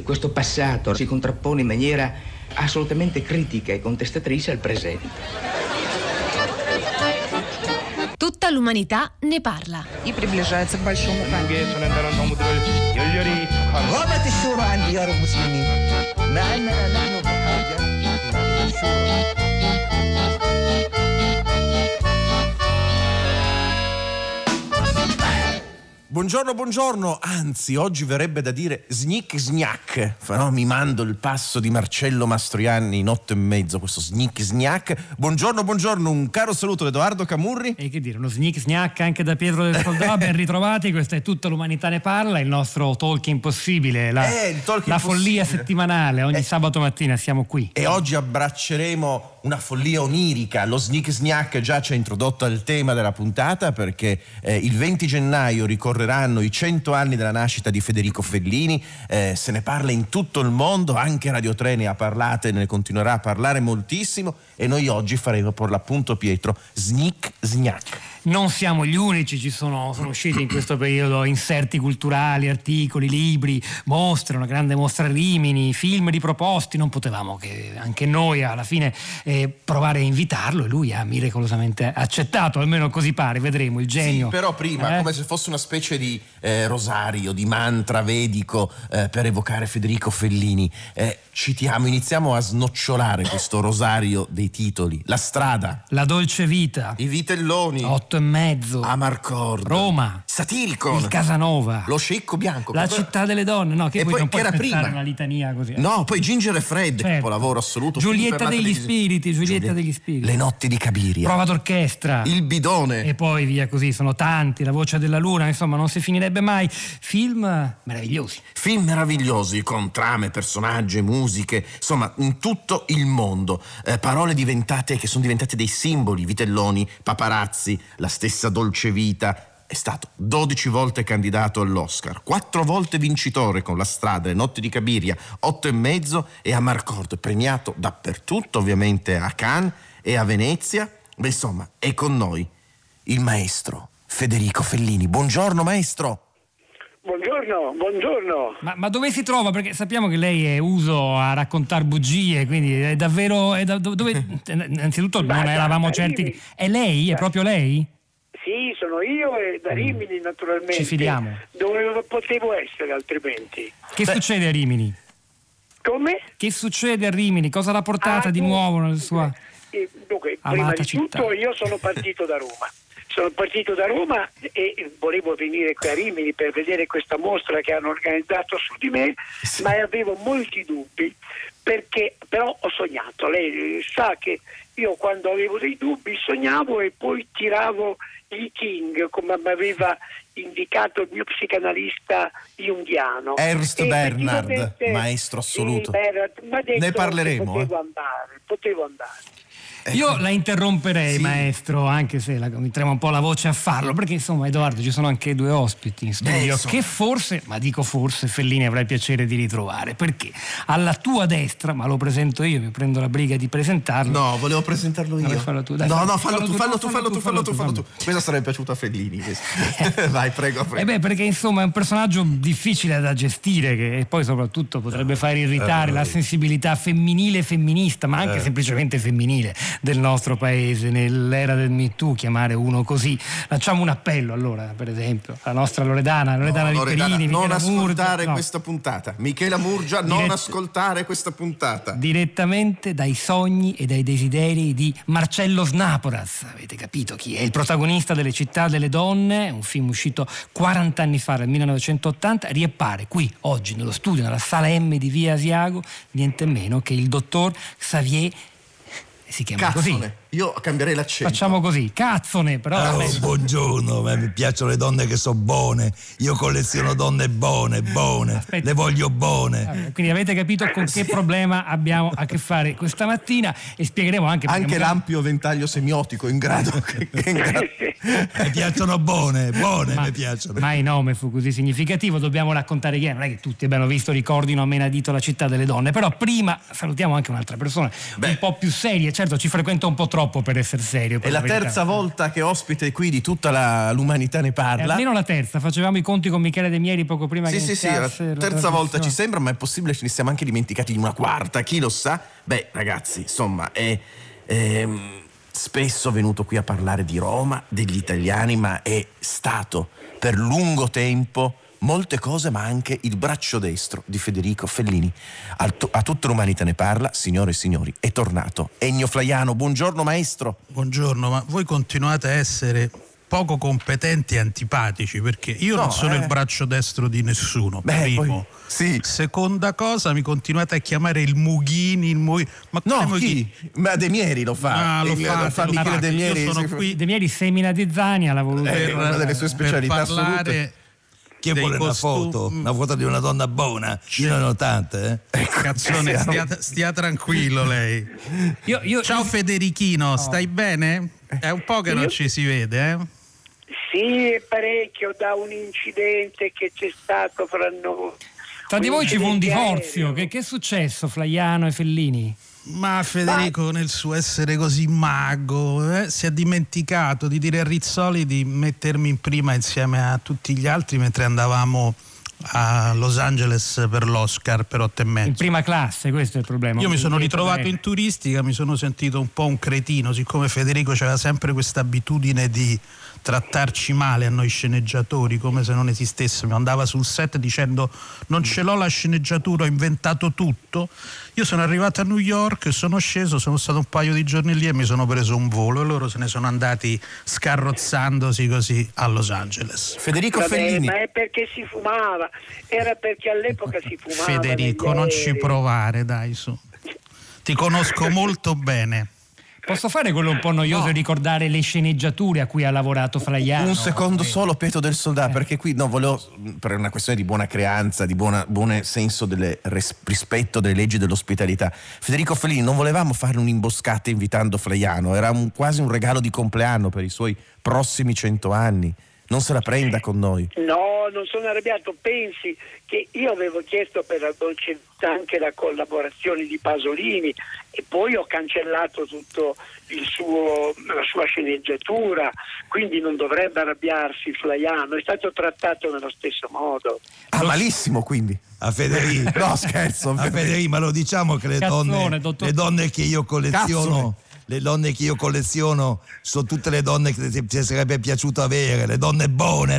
questo passato si contrappone in maniera assolutamente critica e contestatrice al presente. Tutta l'umanità ne parla. И приближается к большому камню. غابت الشورى عن ديار المسلمين مع أننا نحن بحاجة إلى الشورى. Buongiorno, buongiorno, anzi oggi verrebbe da dire snick snack, no? Mi mando il passo di Marcello Mastroianni in 8 e mezzo, questo snick snack. Buongiorno, buongiorno, un caro saluto da Edoardo Camurri. E che dire, uno snick snack anche da Pietro del Soldà. Ben ritrovati, questa è Tutta l'umanità ne parla, il nostro talk impossibile, la follia settimanale, ogni sabato mattina siamo qui. E oggi abbracceremo una follia onirica. Lo sneak snack già ci ha introdotto al tema della puntata, perché il 20 gennaio ricorreranno i 100 anni della nascita di Federico Fellini, se ne parla in tutto il mondo, anche Radio 3 ne ha parlato e ne continuerà a parlare moltissimo, e noi oggi faremo per l'appunto, Pietro, sneak snack. Non siamo gli unici, sono usciti in questo periodo inserti culturali, articoli, libri, mostre, una grande mostra a Rimini, film riproposti. Non potevamo che anche noi alla fine provare a invitarlo, e lui ha miracolosamente accettato, almeno così pare, vedremo il genio. Sì, però prima, come se fosse una specie di rosario, di mantra vedico per evocare Federico Fellini. Iniziamo a snocciolare questo rosario dei titoli. La strada, La dolce vita, I vitelloni, 8 e mezzo, Amarcord, Roma, Satiricon, il Casanova, Lo scicco bianco, La città delle donne, no, che e poi non che puoi era pensare prima una litania così. No, poi Ginger e Fred, certo. Capolavoro assoluto. Giulietta degli spiriti, Le notti di Cabiria, Prova d'orchestra, Il bidone, e poi via così, sono tanti, La voce della luna, insomma non si finirebbe mai. Film meravigliosi con trame, personaggi, musiche, insomma in tutto il mondo, parole che sono diventate dei simboli. Vitelloni, paparazzi, la stessa dolce vita. È stato 12 volte candidato all'Oscar, 4 volte vincitore con La strada, Le notti di Cabiria, 8 e mezzo, e Amarcord, premiato dappertutto, ovviamente a Cannes e a Venezia. Beh, insomma, è con noi il maestro Federico Fellini. Buongiorno maestro. Buongiorno. Ma dove si trova? Perché sappiamo che lei è uso a raccontare bugie, quindi è davvero... dove, innanzitutto non eravamo certi... È lei? È proprio lei? Sì, sono io, e da Rimini naturalmente. Ci fidiamo. Dove potevo essere altrimenti? Che succede a Rimini? Come? Che succede a Rimini? Cosa l'ha portata di nuovo nella sua Dunque, prima amata di città? tutto io sono partito da Roma. E volevo venire qui a Rimini per vedere questa mostra che hanno organizzato su di me, ma avevo molti dubbi, perché però ho sognato. Lei sa che io quando avevo dei dubbi sognavo e poi tiravo i King, come mi aveva indicato il mio psicanalista junghiano. Ernst Bernhard, maestro assoluto. Ne parleremo. Potevo andare. Io la interromperei, maestro, anche se mi trema un po' la voce a farlo, perché insomma, Edoardo, ci sono anche 2 ospiti in studio che forse, ma dico forse, Fellini avrà il piacere di ritrovare, perché alla tua destra, ma lo presento io, mi prendo la briga di presentarlo. No, volevo presentarlo io. Fallo tu. Fallo tu. Questa sarebbe piaciuta a Fellini. Vai, prego. Perché insomma è un personaggio difficile da gestire, che poi soprattutto potrebbe far irritare la sensibilità femminile e femminista, ma anche semplicemente femminile del nostro paese nell'era del Me Too. Chiamare uno così, facciamo un appello allora, per esempio la nostra Loredana Lipperini, non ascoltare questa puntata. Michela Murgia, non ascoltare questa puntata. Direttamente dai sogni e dai desideri di Marcello Snaporaz. Avete capito chi è? Il protagonista delle Città delle donne, un film uscito 40 anni fa, nel 1980, riappare qui oggi nello studio, nella sala M di Via Asiago, niente meno che il dottor Xavier. Si chiama Cazzone. così. Io cambierei l'accento. Facciamo così, Cazzone, però. Buongiorno, mi piacciono le donne che sono buone. Io colleziono donne buone. Aspetta. Le voglio buone. Vabbè, quindi avete capito con che problema abbiamo a che fare questa mattina, e spiegheremo anche l'ampio ventaglio semiotico in grado Mi piacciono buone, mi piacciono. Mai nome fu così significativo, dobbiamo raccontare chi è. Non è che tutti abbiano visto Ricordino a Menadito la città delle donne, però prima salutiamo anche un'altra persona un po' più seria, certo ci frequenta un po' troppo per essere serio. È la terza volta che ospite qui di tutta l'umanità ne parla. Almeno la terza, facevamo i conti con Michele De Mieri poco prima che iniziasse la terza volta ci sembra, ma è possibile ce ne siamo anche dimenticati di una quarta, chi lo sa? Beh ragazzi, insomma è spesso venuto qui a parlare di Roma, degli italiani, ma è stato per lungo tempo molte cose, ma anche il braccio destro di Federico Fellini. A tutta l'umanità ne parla, signore e signori, è tornato Ennio Flaiano. Buongiorno maestro. Buongiorno, ma voi continuate a essere poco competenti e antipatici, perché io non sono il braccio destro di nessuno. Primo. Poi, sì. Seconda cosa, mi continuate a chiamare il Mughini, ma no, chi? Ma De Mieri lo fa. Lo fa Michele De Mieri. Io sono qui. De Mieri semina di Zania, l'ha voluto è una delle sue specialità per parlare assolute. Chi vuole una foto di una donna buona? Io ne ho tante. Cazzone, stia tranquillo lei. Ciao Federichino, stai bene? È un po' che non ci si vede, eh? Sì, parecchio, da un incidente che c'è stato fra noi. Tra di voi ci fu un divorzio, che è successo, Flaiano e Fellini? Ma Federico, nel suo essere così mago, si è dimenticato di dire a Rizzoli di mettermi in prima insieme a tutti gli altri mentre andavamo a Los Angeles per l'Oscar per 8,5. In prima classe, questo è il problema. Io mi sono ritrovato in turistica, mi sono sentito un po' un cretino, siccome Federico aveva sempre questa abitudine di trattarci male a noi sceneggiatori, come se non esistessimo. Andava sul set dicendo non ce l'ho la sceneggiatura, ho inventato tutto. Io sono arrivato a New York, sono sceso, sono stato un paio di giorni lì e mi sono preso un volo e loro se ne sono andati scarrozzandosi così a Los Angeles. Federico Fellini. Ma è perché si fumava, era perché all'epoca si fumava. Federico, non ci provare, dai, su. Ti conosco molto bene. Posso fare quello un po' noioso e ricordare le sceneggiature a cui ha lavorato Flaiano? Un secondo solo, Peto del Soldato, perché qui volevo, per una questione di buona creanza, di buon senso del rispetto delle leggi dell'ospitalità. Federico Fellini, non volevamo fare un'imboscata invitando Flaiano, era quasi un regalo di compleanno per i suoi prossimi 100 anni. Non se la prenda con noi. No, non sono arrabbiato. Pensi che io avevo chiesto per la dolce vita anche la collaborazione di Pasolini e poi ho cancellato tutto la sua sceneggiatura, quindi non dovrebbe arrabbiarsi Flaiano, è stato trattato nello stesso modo. Ah, malissimo quindi. A Federico. No, scherzo. A Federico, ma lo diciamo che le donne che io colleziono. Le donne che io colleziono sono tutte le donne che ti sarebbe piaciuto avere, le donne buone,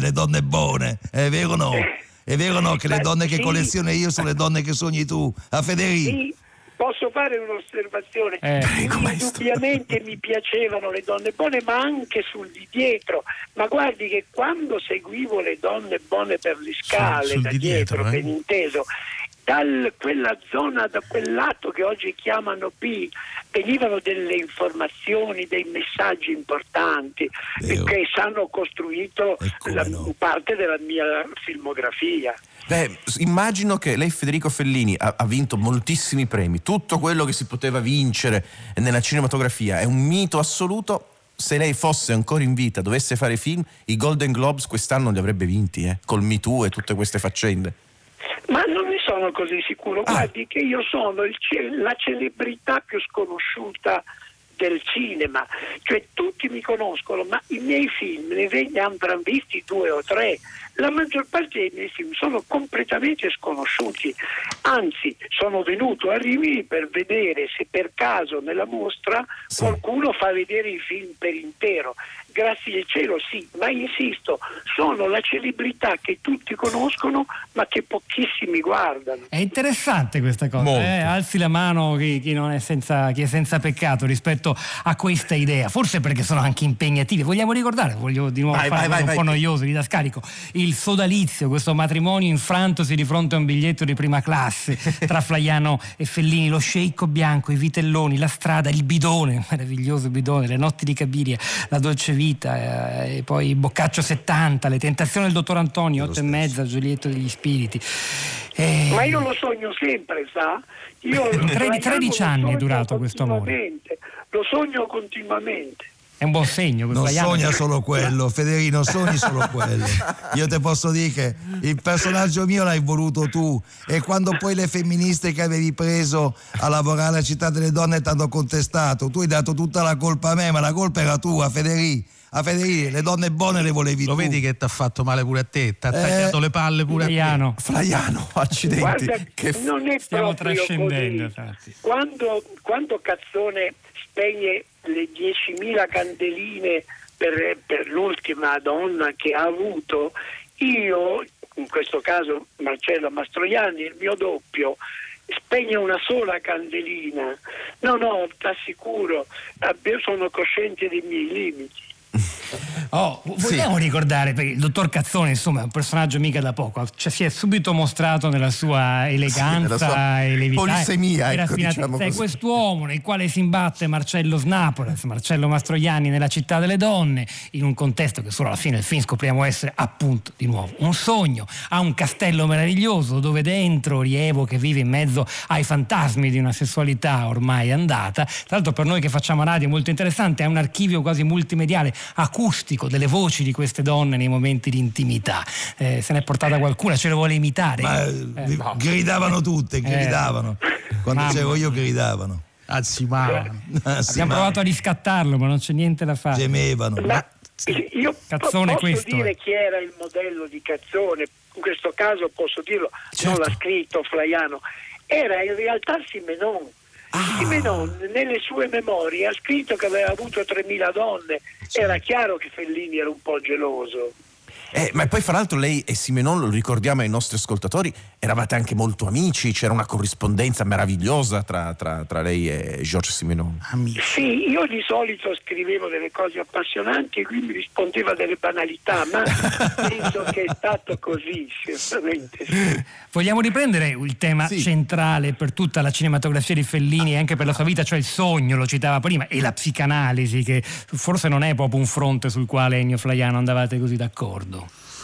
è vero o no? È vero o no che le donne che colleziono io sono le donne che sogni tu? A Federico? Sì, posso fare un'osservazione? Indubbiamente mi piacevano le donne buone, ma anche sul di dietro. Ma guardi che quando seguivo le donne buone per le scale, da dietro, ben inteso, da quella zona, da quel lato che oggi chiamano B, venivano delle informazioni, dei messaggi importanti che hanno costruito parte della mia filmografia. Beh, immagino che lei, Federico Fellini, ha vinto moltissimi premi, tutto quello che si poteva vincere nella cinematografia, è un mito assoluto. Se lei fosse ancora in vita, dovesse fare film, i Golden Globes quest'anno li avrebbe vinti, col Me Too e tutte queste faccende. Ma non ne sono così sicuro. Guardi che io sono la celebrità più sconosciuta del cinema, cioè tutti mi conoscono, ma i miei film ne avranno visti 2 o 3. La maggior parte dei miei film sono completamente sconosciuti, anzi sono venuto a Rimini per vedere se per caso nella mostra qualcuno fa vedere il film per intero. Grazie al cielo sì, ma insisto, sono la celebrità che tutti conoscono ma che pochissimi guardano. È interessante questa cosa, alzi la mano chi è senza peccato rispetto a questa idea, forse perché sono anche impegnativi. Vogliamo ricordare, voglio di nuovo fare un po' noioso, didascalico, il sodalizio, questo matrimonio infrantosi di fronte a un biglietto di prima classe tra Flaiano e Fellini, lo sceicco bianco, i vitelloni, la strada, il bidone, meraviglioso bidone, le notti di Cabiria, la dolce vita, e poi Boccaccio 70, le tentazioni del dottor Antonio, 8,5, Giulietto degli spiriti. Ma io lo sogno sempre, sa? 13 anni è durato questo amore. Lo sogno continuamente. È un buon segno. Non sogna solo quello, Federino, sogni solo quello. Io te posso dire che il personaggio mio l'hai voluto tu, e quando poi le femministe che avevi preso a lavorare alla Città delle Donne ti hanno contestato, tu hai dato tutta la colpa a me, ma la colpa era tua, Federì. A Federì, le donne buone le volevi tu. Lo vedi che ti ha fatto male pure a te, ti ha tagliato le palle pure a te. Flaiano, accidenti. Guarda, non è stiamo proprio trascendendo. così. Quando Cazzone spegne le 10.000 candeline per l'ultima donna che ha avuto, io, in questo caso Marcello Mastroianni, il mio doppio, spegne una sola candelina. No, t'assicuro, sono cosciente dei miei limiti. Vogliamo ricordare, perché il dottor Cazzone, insomma, è un personaggio mica da poco, cioè si è subito mostrato nella sua eleganza e levità, polisemia, ecco, diciamo è così. Quest'uomo nel quale si imbatte Marcello Snapoles, Marcello Mastroianni nella Città delle Donne, in un contesto che solo alla fine del film scopriamo essere appunto di nuovo un sogno. Ha un castello meraviglioso dove dentro rievo che vive in mezzo ai fantasmi di una sessualità ormai andata. Tra l'altro, per noi che facciamo radio, è molto interessante, è un archivio quasi multimediale, acustico, delle voci di queste donne nei momenti di intimità. Se n'è portata qualcuna, ce lo vuole imitare? Ma gridavano tutte, gridavano. Quando c'ero io gridavano. Abbiamo provato a riscattarlo, ma non c'è niente da fare. Gemevano. Io Cazzone, posso dire chi era il modello di Cazzone, in questo caso posso dirlo, non l'ha scritto Flaiano, era in realtà Simenon. Simenon nelle sue memorie ha scritto che aveva avuto 3.000 donne. Era chiaro che Fellini era un po' geloso. Ma poi fra l'altro lei e Simenon, lo ricordiamo ai nostri ascoltatori, eravate anche molto amici, c'era una corrispondenza meravigliosa tra lei e Georges Simenon. Sì, io di solito scrivevo delle cose appassionanti e lui mi rispondeva delle banalità, ma penso che è stato così, certamente sì. Vogliamo riprendere il tema centrale per tutta la cinematografia di Fellini e anche per la sua vita, cioè il sogno, lo citava prima, e la psicanalisi, che forse non è proprio un fronte sul quale Ennio Flaiano andavate così d'accordo.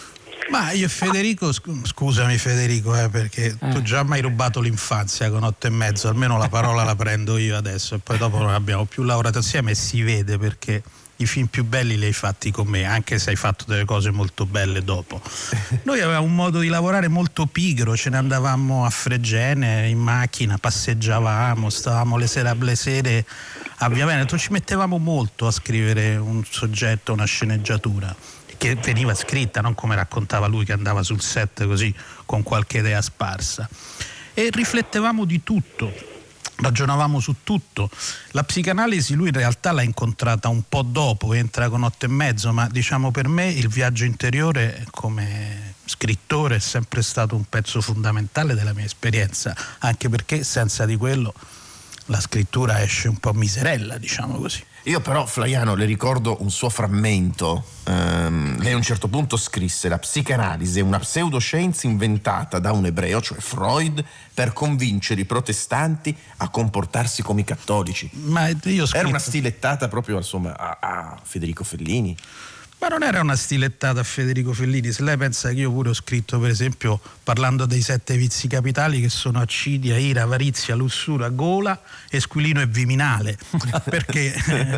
Ma io e Federico, scusami Federico, perché tu già mi hai rubato l'infanzia con 8,5, almeno la parola la prendo io adesso, e poi dopo non abbiamo più lavorato insieme, e si vede, perché i film più belli li hai fatti con me, anche se hai fatto delle cose molto belle dopo. Noi avevamo un modo di lavorare molto pigro, ce ne andavamo a Fregene in macchina, passeggiavamo, stavamo le sere a Via Veneto, ci mettevamo molto a scrivere un soggetto, una sceneggiatura che veniva scritta, non come raccontava lui che andava sul set così con qualche idea sparsa, e riflettevamo di tutto, ragionavamo su tutto. La psicanalisi lui in realtà l'ha incontrata un po' dopo, entra con 8,5, ma diciamo per me il viaggio interiore come scrittore è sempre stato un pezzo fondamentale della mia esperienza, anche perché senza di quello la scrittura esce un po' miserella, diciamo così. Io però, Flaiano, le ricordo un suo frammento. Lei a un certo punto scrisse: la psicanalisi è una pseudoscienza inventata da un ebreo, cioè Freud, per convincere i protestanti a comportarsi come i cattolici. Ma io Era una stilettata proprio, insomma, a Federico Fellini. Ma non era una stilettata a Federico Fellini. Se lei pensa che io pure ho scritto, per esempio, parlando dei 7 vizi capitali, che sono accidia, ira, avarizia, lussuria, gola, e squilino e viminale, perché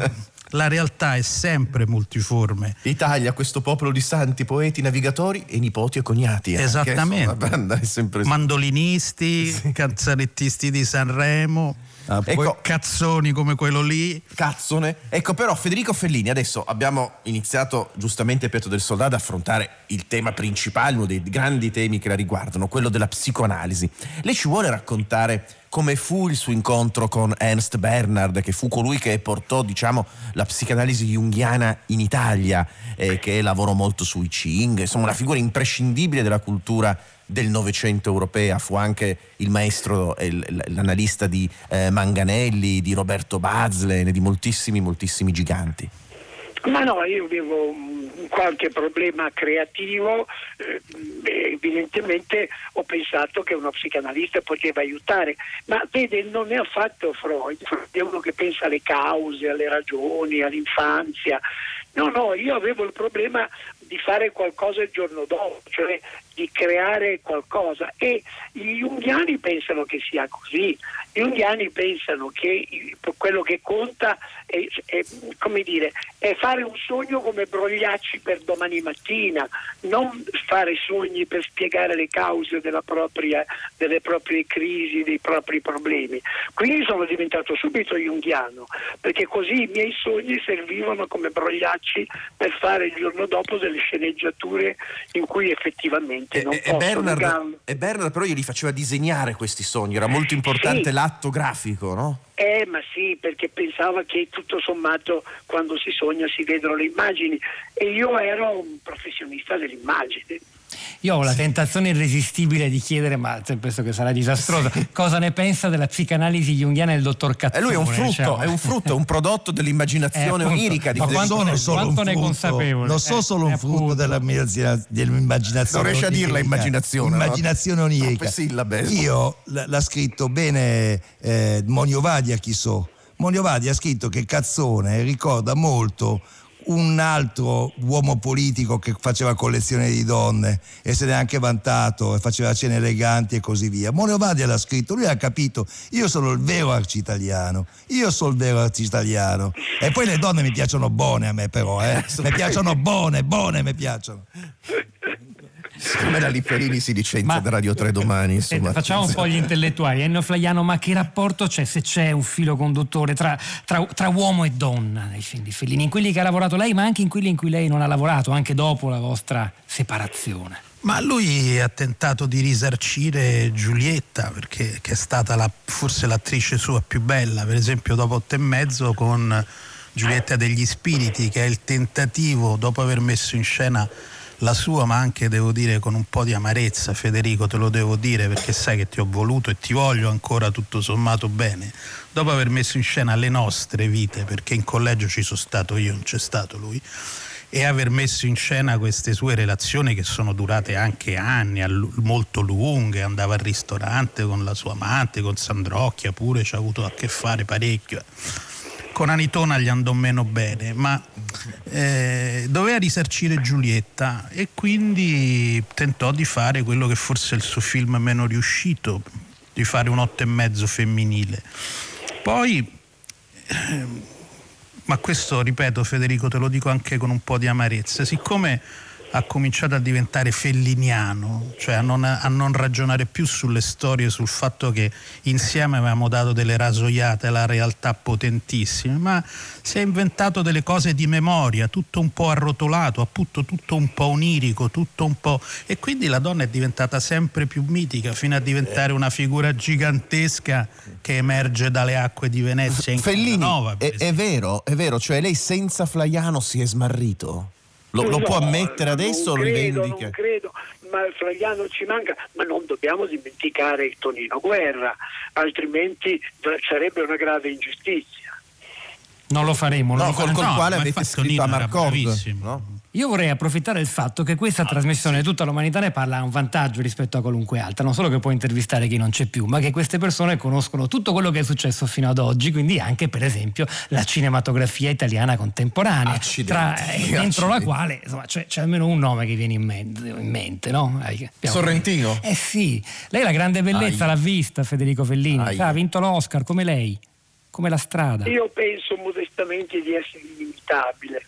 la realtà è sempre multiforme. Italia, questo popolo di santi, poeti, navigatori e nipoti e cognati. Esattamente. La banda è sempre mandolinisti, canzarettisti di Sanremo. Ecco, cazzoni come quello lì. Cazzone. Ecco, però Federico Fellini, adesso abbiamo iniziato giustamente Pietro del Soldato ad affrontare il tema principale, uno dei grandi temi che la riguardano, quello della psicoanalisi. Lei ci vuole raccontare come fu il suo incontro con Ernst Bernhard, che fu colui che portò, diciamo, la psicanalisi junghiana in Italia, che lavorò molto sui Ching, insomma una figura imprescindibile della cultura del Novecento europea, fu anche il maestro e l'analista di Manganelli, di Roberto Bazlen e di moltissimi giganti. Ma no, io avevo qualche problema creativo, evidentemente ho pensato che uno psicanalista poteva aiutare, ma vede, non è affatto Freud è uno che pensa alle cause, alle ragioni, all'infanzia. No, io avevo il problema di fare qualcosa il giorno dopo, cioè di creare qualcosa, e gli junghiani pensano che sia così. Gli junghiani pensano che quello che conta è fare un sogno come Brogliacci per domani mattina, non fare sogni per spiegare le cause delle proprie crisi, dei propri problemi. Quindi sono diventato subito junghiano, perché così i miei sogni servivano come Brogliacci per fare il giorno dopo delle sceneggiature in cui effettivamente non posso negarlo. E Bernard però glieli faceva disegnare questi sogni, era molto importante, sì, l'atto grafico, no? Ma sì, perché pensava che tutto sommato quando si sogna si vedono le immagini, e io ero un professionista dell'immagine. Io ho la tentazione irresistibile di chiedere, ma penso che sarà disastroso, cosa ne pensa della psicanalisi junghiana del dottor Cazzone? Lui è un frutto, è un prodotto dell'immaginazione onirica. Ma quanto ne è consapevole? Non so solo un frutto dell'immaginazione. Non riesce a dirla immaginazione. Immaginazione onirica. Io l'ha scritto bene Monio Vadia, Monio Vadia ha scritto che Cazzone ricorda molto un altro uomo politico che faceva collezione di donne e se ne è anche vantato e faceva cene eleganti e così via. Monio Vadia l'ha scritto, lui ha capito, io sono il vero arcitaliano, e poi le donne mi piacciono buone a me, però mi piacciono buone mi piacciono. Come la Lipperini si licenzia da Radio 3 domani, insomma. Facciamo un po' gli intellettuali. Enno Flaiano, ma che rapporto c'è, se c'è un filo conduttore tra uomo e donna nei film di Fellini, in quelli che ha lavorato lei, ma anche in quelli in cui lei non ha lavorato, anche dopo la vostra separazione? Ma lui ha tentato di risarcire Giulietta, perché che è stata forse l'attrice sua più bella, per esempio dopo 8 e mezzo con Giulietta degli Spiriti, che è il tentativo, dopo aver messo in scena la sua, ma anche devo dire con un po' di amarezza, Federico, te lo devo dire perché sai che ti ho voluto e ti voglio ancora tutto sommato bene, dopo aver messo in scena Le nostre vite, perché in collegio ci sono stato io, non c'è stato lui, e aver messo in scena queste sue relazioni che sono durate anche anni, molto lunghe, andava al ristorante con la sua amante, con Sandrocchia pure, ci ha avuto a che fare parecchio. Con Anitona gli andò meno bene, ma doveva risarcire Giulietta e quindi tentò di fare quello che forse è il suo film meno riuscito, di fare un 8 e mezzo femminile. Poi, ma questo ripeto Federico, te lo dico anche con un po' di amarezza, siccome ha cominciato a diventare felliniano, cioè a non ragionare più sulle storie, sul fatto che insieme avevamo dato delle rasoiate alla realtà potentissime, ma si è inventato delle cose di memoria, tutto un po' arrotolato, appunto tutto un po' onirico, tutto un po', e quindi la donna è diventata sempre più mitica fino a diventare una figura gigantesca che emerge dalle acque di Venezia in Fellini, Casanova. È vero, cioè lei senza Flaiano si è smarrito? Lo può ammettere adesso o lo rivendica? Non credo, ma Flaiano ci manca, ma non dobbiamo dimenticare Tonino Guerra, altrimenti sarebbe una grave ingiustizia. Non lo faremo. Col quale avete scritto Amarcord, no? Io vorrei approfittare del fatto che questa trasmissione Tutta l'umanità ne parla ha un vantaggio rispetto a qualunque altra, non solo che può intervistare chi non c'è più, ma che queste persone conoscono tutto quello che è successo fino ad oggi, quindi anche per esempio la cinematografia italiana contemporanea, dentro la quale insomma c'è almeno un nome che viene in mente, no? Sorrentino? Sì, lei la grande bellezza l'ha vista, Federico Fellini, ha vinto l'Oscar come lei, come La strada. Io penso modestamente di essere inimitabile.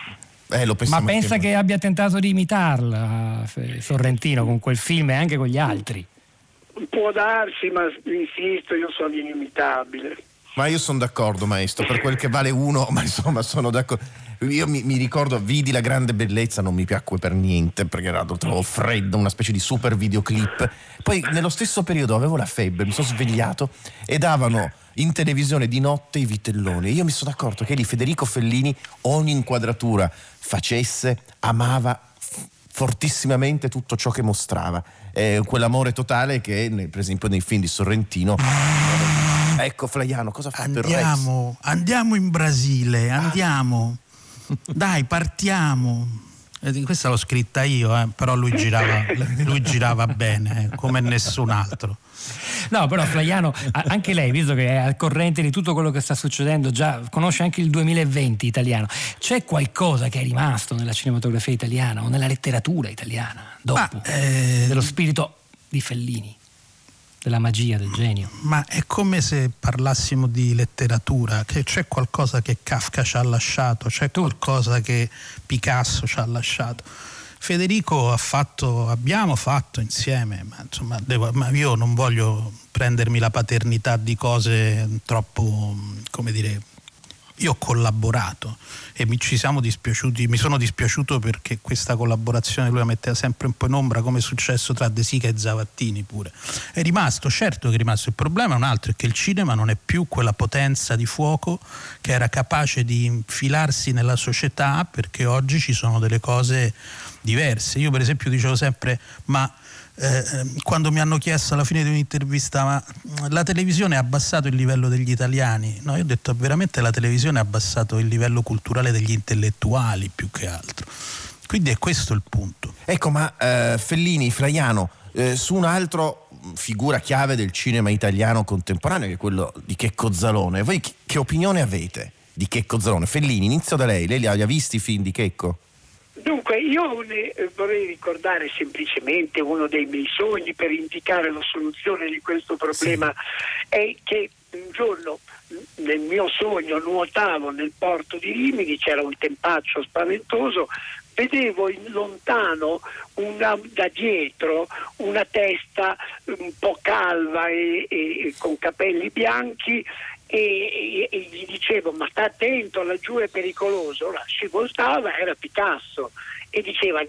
Ma pensa che abbia tentato di imitarla Sorrentino con quel film e anche con gli altri? Può darsi, ma insisto, io sono inimitabile. Ma io sono d'accordo, maestro, per quel che vale uno, ma insomma sono d'accordo. Io mi ricordo, vidi La grande bellezza, non mi piacque per niente perché lo trovo freddo, una specie di super videoclip. Poi nello stesso periodo avevo la febbre, mi sono svegliato e davano in televisione di notte i vitelloni e io mi sono accorto che lì Federico Fellini ogni inquadratura facesse, amava fortissimamente tutto ciò che mostrava, quell'amore totale che per esempio nei film di Sorrentino. Ecco Flaiano, cosa fa per Rex? Andiamo in Brasile, andiamo. Dai, partiamo. Questa l'ho scritta io, però lui girava bene, come nessun altro. No, però Flaiano, anche lei, visto che è al corrente di tutto quello che sta succedendo, già conosce anche il 2020 italiano. C'è qualcosa che è rimasto nella cinematografia italiana o nella letteratura italiana dopo dello spirito di Fellini, della magia, del genio? Ma è come se parlassimo di letteratura, che c'è qualcosa che Kafka ci ha lasciato, c'è qualcosa che Picasso ci ha lasciato. Federico abbiamo fatto insieme, ma insomma ma io non voglio prendermi la paternità di cose troppo, come dire, io ho collaborato e mi sono dispiaciuto perché questa collaborazione lui la metteva sempre un po' in ombra, come è successo tra De Sica e Zavattini pure. È rimasto, certo che è rimasto. Il problema è un altro, è che il cinema non è più quella potenza di fuoco che era capace di infilarsi nella società, perché oggi ci sono delle cose diverse. Io per esempio dicevo sempre, quando mi hanno chiesto alla fine di un'intervista, ma la televisione ha abbassato il livello degli italiani? No, io ho detto veramente la televisione ha abbassato il livello culturale degli intellettuali più che altro. Quindi è questo il punto. Ecco, ma Fellini, Flaiano, su un altro figura chiave del cinema italiano contemporaneo, che è quello di Checco Zalone, voi che opinione avete di Checco Zalone? Fellini, inizio da lei li ha visti i film di Checco? Dunque, io vorrei ricordare semplicemente uno dei miei sogni per indicare la soluzione di questo problema, è che un giorno nel mio sogno nuotavo nel porto di Rimini, c'era un tempaccio spaventoso, vedevo in lontano da dietro una testa un po' calva e con capelli bianchi, e gli dicevo ma sta attento, laggiù è pericoloso. Ora si voltava, era Picasso, e diceva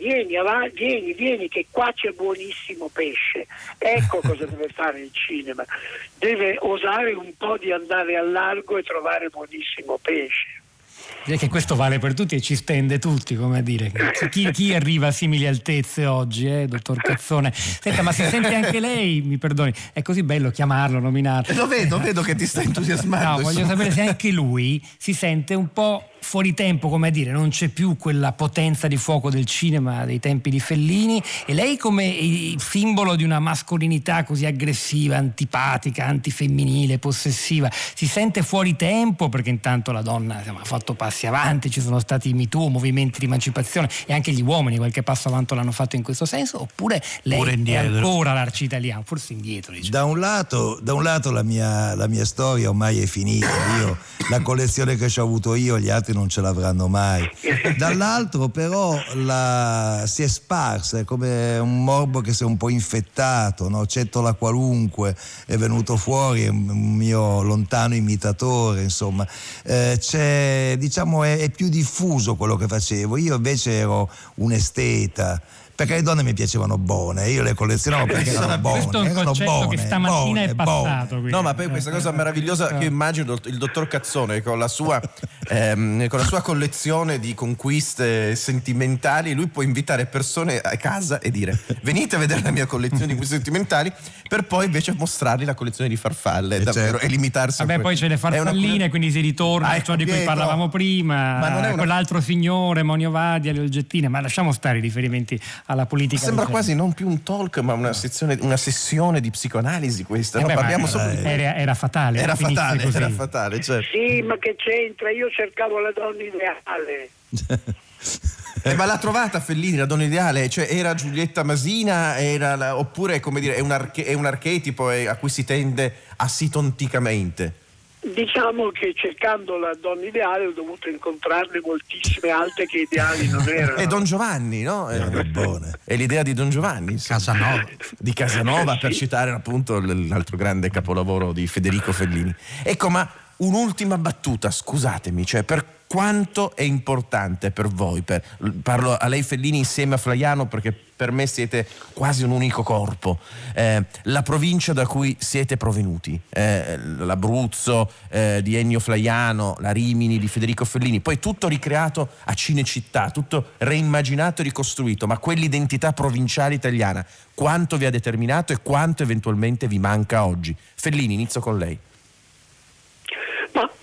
vieni che qua c'è buonissimo pesce. Ecco cosa deve fare il cinema, deve osare un po' di andare al largo e trovare buonissimo pesce. Direi che questo vale per tutti e ci stende tutti, come a dire. Chi arriva a simili altezze oggi, dottor Cazzone? Senta, ma si sente anche lei, mi perdoni, è così bello chiamarlo, nominarlo. Lo vedo che ti sta entusiasmando. No, voglio sapere se anche lui si sente un po' fuori tempo, come a dire, non c'è più quella potenza di fuoco del cinema dei tempi di Fellini, e lei come il simbolo di una mascolinità così aggressiva, antipatica, antifemminile, possessiva, si sente fuori tempo perché intanto la donna, insomma, ha fatto passi avanti, ci sono stati i Me Too, movimenti di emancipazione, e anche gli uomini qualche passo avanti l'hanno fatto in questo senso, oppure lei è ancora l'arcitaliano, forse indietro, diciamo. Da un lato la mia storia ormai è finita, la collezione che ci ho avuto io, gli altri non ce l'avranno mai. Dall'altro però si è sparsa, è come un morbo che si è un po' infettato, no? Cettola Qualunque è venuto fuori, è un mio lontano imitatore, insomma. È più diffuso quello che facevo. Io invece ero un esteta, perché le donne mi piacevano buone, io le collezionavo perché erano buone. Questo è un concetto che stamattina è passato. No, ma poi questa cosa meravigliosa che io immagino il dottor Cazzone con la sua collezione di conquiste sentimentali, lui può invitare persone a casa e dire venite a vedere la mia collezione di conquiste sentimentali, per poi invece mostrargli la collezione di farfalle, davvero, e limitarsi. Vabbè, poi c'è le farfalline, quindi si ritorna ciò di cui parlavamo prima, ma quell'altro signore, Monio Vadia, le oggettine, ma lasciamo stare i riferimenti alla politica. Sembra quasi non più un talk, ma una sessione di psicoanalisi questa. Parliamo era fatale. Era fatale, certo. Sì, ma che c'entra? Io cercavo la donna ideale. Ma l'ha trovata Fellini, la donna ideale? Cioè era Giulietta Masina, oppure come dire, è un archetipo a cui si tende assitonticamente? Diciamo che cercando la donna ideale ho dovuto incontrarne moltissime altre che ideali non erano. E Don Giovanni, no? È l'idea di Don Giovanni, Casanova. Di Casanova, per citare appunto l'altro grande capolavoro di Federico Fellini. Ecco, ma un'ultima battuta, scusatemi, cioè per quanto è importante per voi, parlo a lei Fellini insieme a Flaiano perché per me siete quasi un unico corpo, la provincia da cui siete provenuti, l'Abruzzo di Ennio Flaiano, la Rimini di Federico Fellini, poi tutto ricreato a Cinecittà, tutto reimmaginato e ricostruito, ma quell'identità provinciale italiana quanto vi ha determinato e quanto eventualmente vi manca oggi? Fellini, inizio con lei. Ma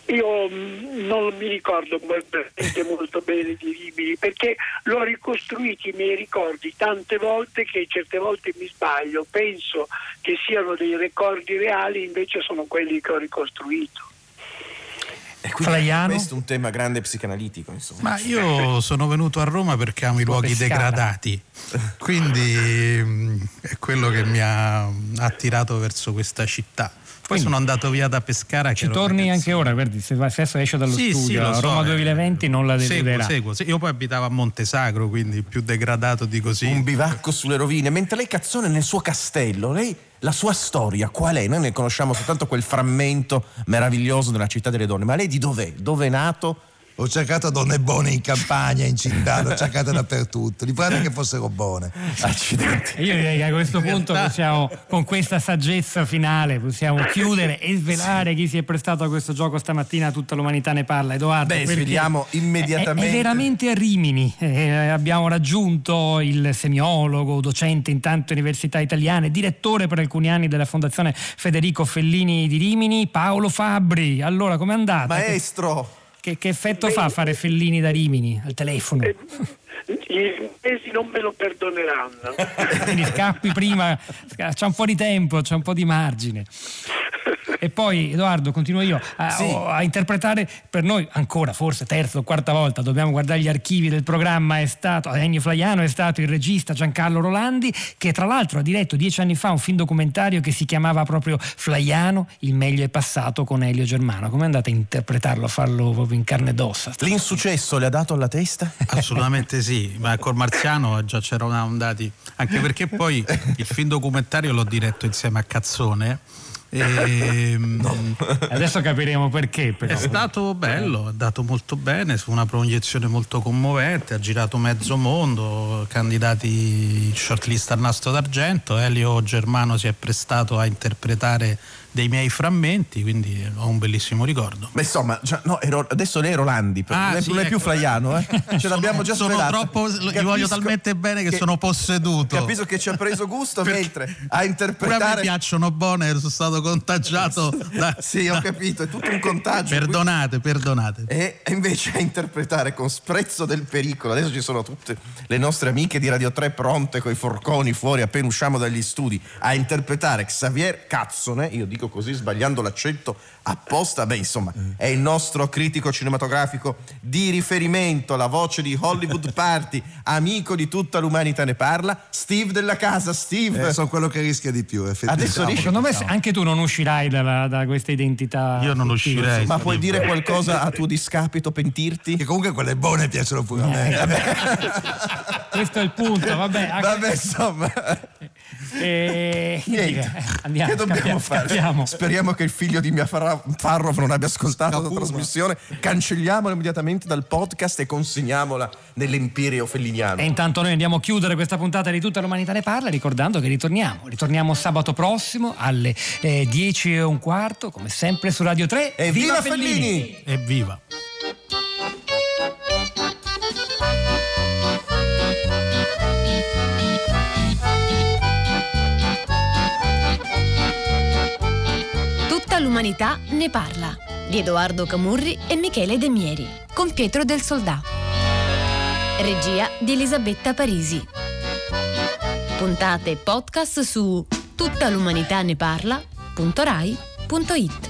Io non mi ricordo molto bene di Rimini, perché l'ho ricostruito i miei ricordi tante volte che certe volte mi sbaglio, penso che siano dei ricordi reali, invece sono quelli che ho ricostruito. E quindi questo è un tema grande psicanalitico, insomma. Ma io sono venuto a Roma perché amo i luoghi degradati, quindi è quello che mi ha attirato verso questa città. Poi sono andato via da Pescara. Ci torni anche ora, guardi, se adesso esce dallo studio, sì, lo so, Roma 2020 non la deluderà. Seguo. Io poi abitavo a Montesagro, quindi più degradato di così. Un bivacco sulle rovine, mentre lei Cazzone nel suo castello, la sua storia qual è? Noi ne conosciamo soltanto quel frammento meraviglioso della città delle donne, ma lei di dov'è? Dove è nato? Ho cercato donne buone in campagna, in città, l'ho cercate dappertutto. L'importante è che fossero buone. Accidenti. Io direi che a questo punto possiamo, con questa saggezza finale, possiamo chiudere e svelare chi si è prestato a questo gioco stamattina. Tutta l'umanità ne parla. Edoardo, sveliamo immediatamente. È veramente a Rimini. Abbiamo raggiunto il semiologo, docente in tante università italiane, direttore per alcuni anni della Fondazione Federico Fellini di Rimini, Paolo Fabbri. Allora, com'è andata? Maestro! Che effetto fa fare Fellini da Rimini al telefono? Gli inglesi non me lo perdoneranno. Quindi scappi prima, c'è un po' di tempo, c'è un po' di margine. E poi, Edoardo, continuo io a interpretare per noi ancora, forse terza o quarta volta, dobbiamo guardare gli archivi del programma. È stato Ennio Flaiano, è stato il regista Giancarlo Rolandi, che tra l'altro ha diretto 10 anni fa un film documentario che si chiamava proprio Flaiano, il meglio è passato, con Elio Germano. Come andate a interpretarlo, a farlo proprio in carne ed ossa? L'insuccesso le ha dato alla testa? Assolutamente sì, ma col Marziano già c'erano ondati, anche perché poi il film documentario l'ho diretto insieme a Cazzone. Adesso capiremo perché, però. È stato bello, ha dato molto bene, fu una proiezione molto commovente, ha girato mezzo mondo, candidati in shortlist al Nastro d'Argento. Elio Germano si è prestato a interpretare dei miei frammenti, quindi ho un bellissimo ricordo. Ma insomma, adesso lei è Rolandi, non è più Flaiano, ce l'abbiamo già svelato. Li voglio talmente bene che sono posseduto. Capisco che ci ha preso gusto mentre a interpretare. Pure a me piacciono Bonner, sono stato contagiato Sì, ho capito, è tutto un contagio. Perdonate. E invece a interpretare con sprezzo del pericolo. Adesso ci sono tutte le nostre amiche di Radio 3 pronte coi forconi fuori appena usciamo dagli studi a interpretare Xavier Cazzone. Io dico così sbagliando l'accento apposta. Insomma, è il nostro critico cinematografico di riferimento, la voce di Hollywood Party, amico di Tutta l'umanità ne parla, Steve della casa. Steve, sono quello che rischia di più, adesso secondo me anche tu non uscirai da questa identità. Io non uscirei. Ma puoi dire qualcosa a tuo discapito, pentirti? Che comunque quelle buone piacciono pure a me. Questo è il punto, vabbè, insomma. Niente, andiamo, che dobbiamo fare? Speriamo che il figlio di mia Farrow non abbia ascoltato la trasmissione. Cancelliamola immediatamente dal podcast e consegniamola nell'empirio felliniano. E intanto noi andiamo a chiudere questa puntata di Tutta l'umanità ne parla, ricordando che ritorniamo sabato prossimo alle 10:15, come sempre su Radio 3. E viva Fellini! Evviva! Tutta l'umanità ne parla, di Edoardo Camurri e Michele De Mieri, con Pietro del Soldà. Regia di Elisabetta Parisi. Puntate e podcast su tuttalumanitaneparla.rai.it.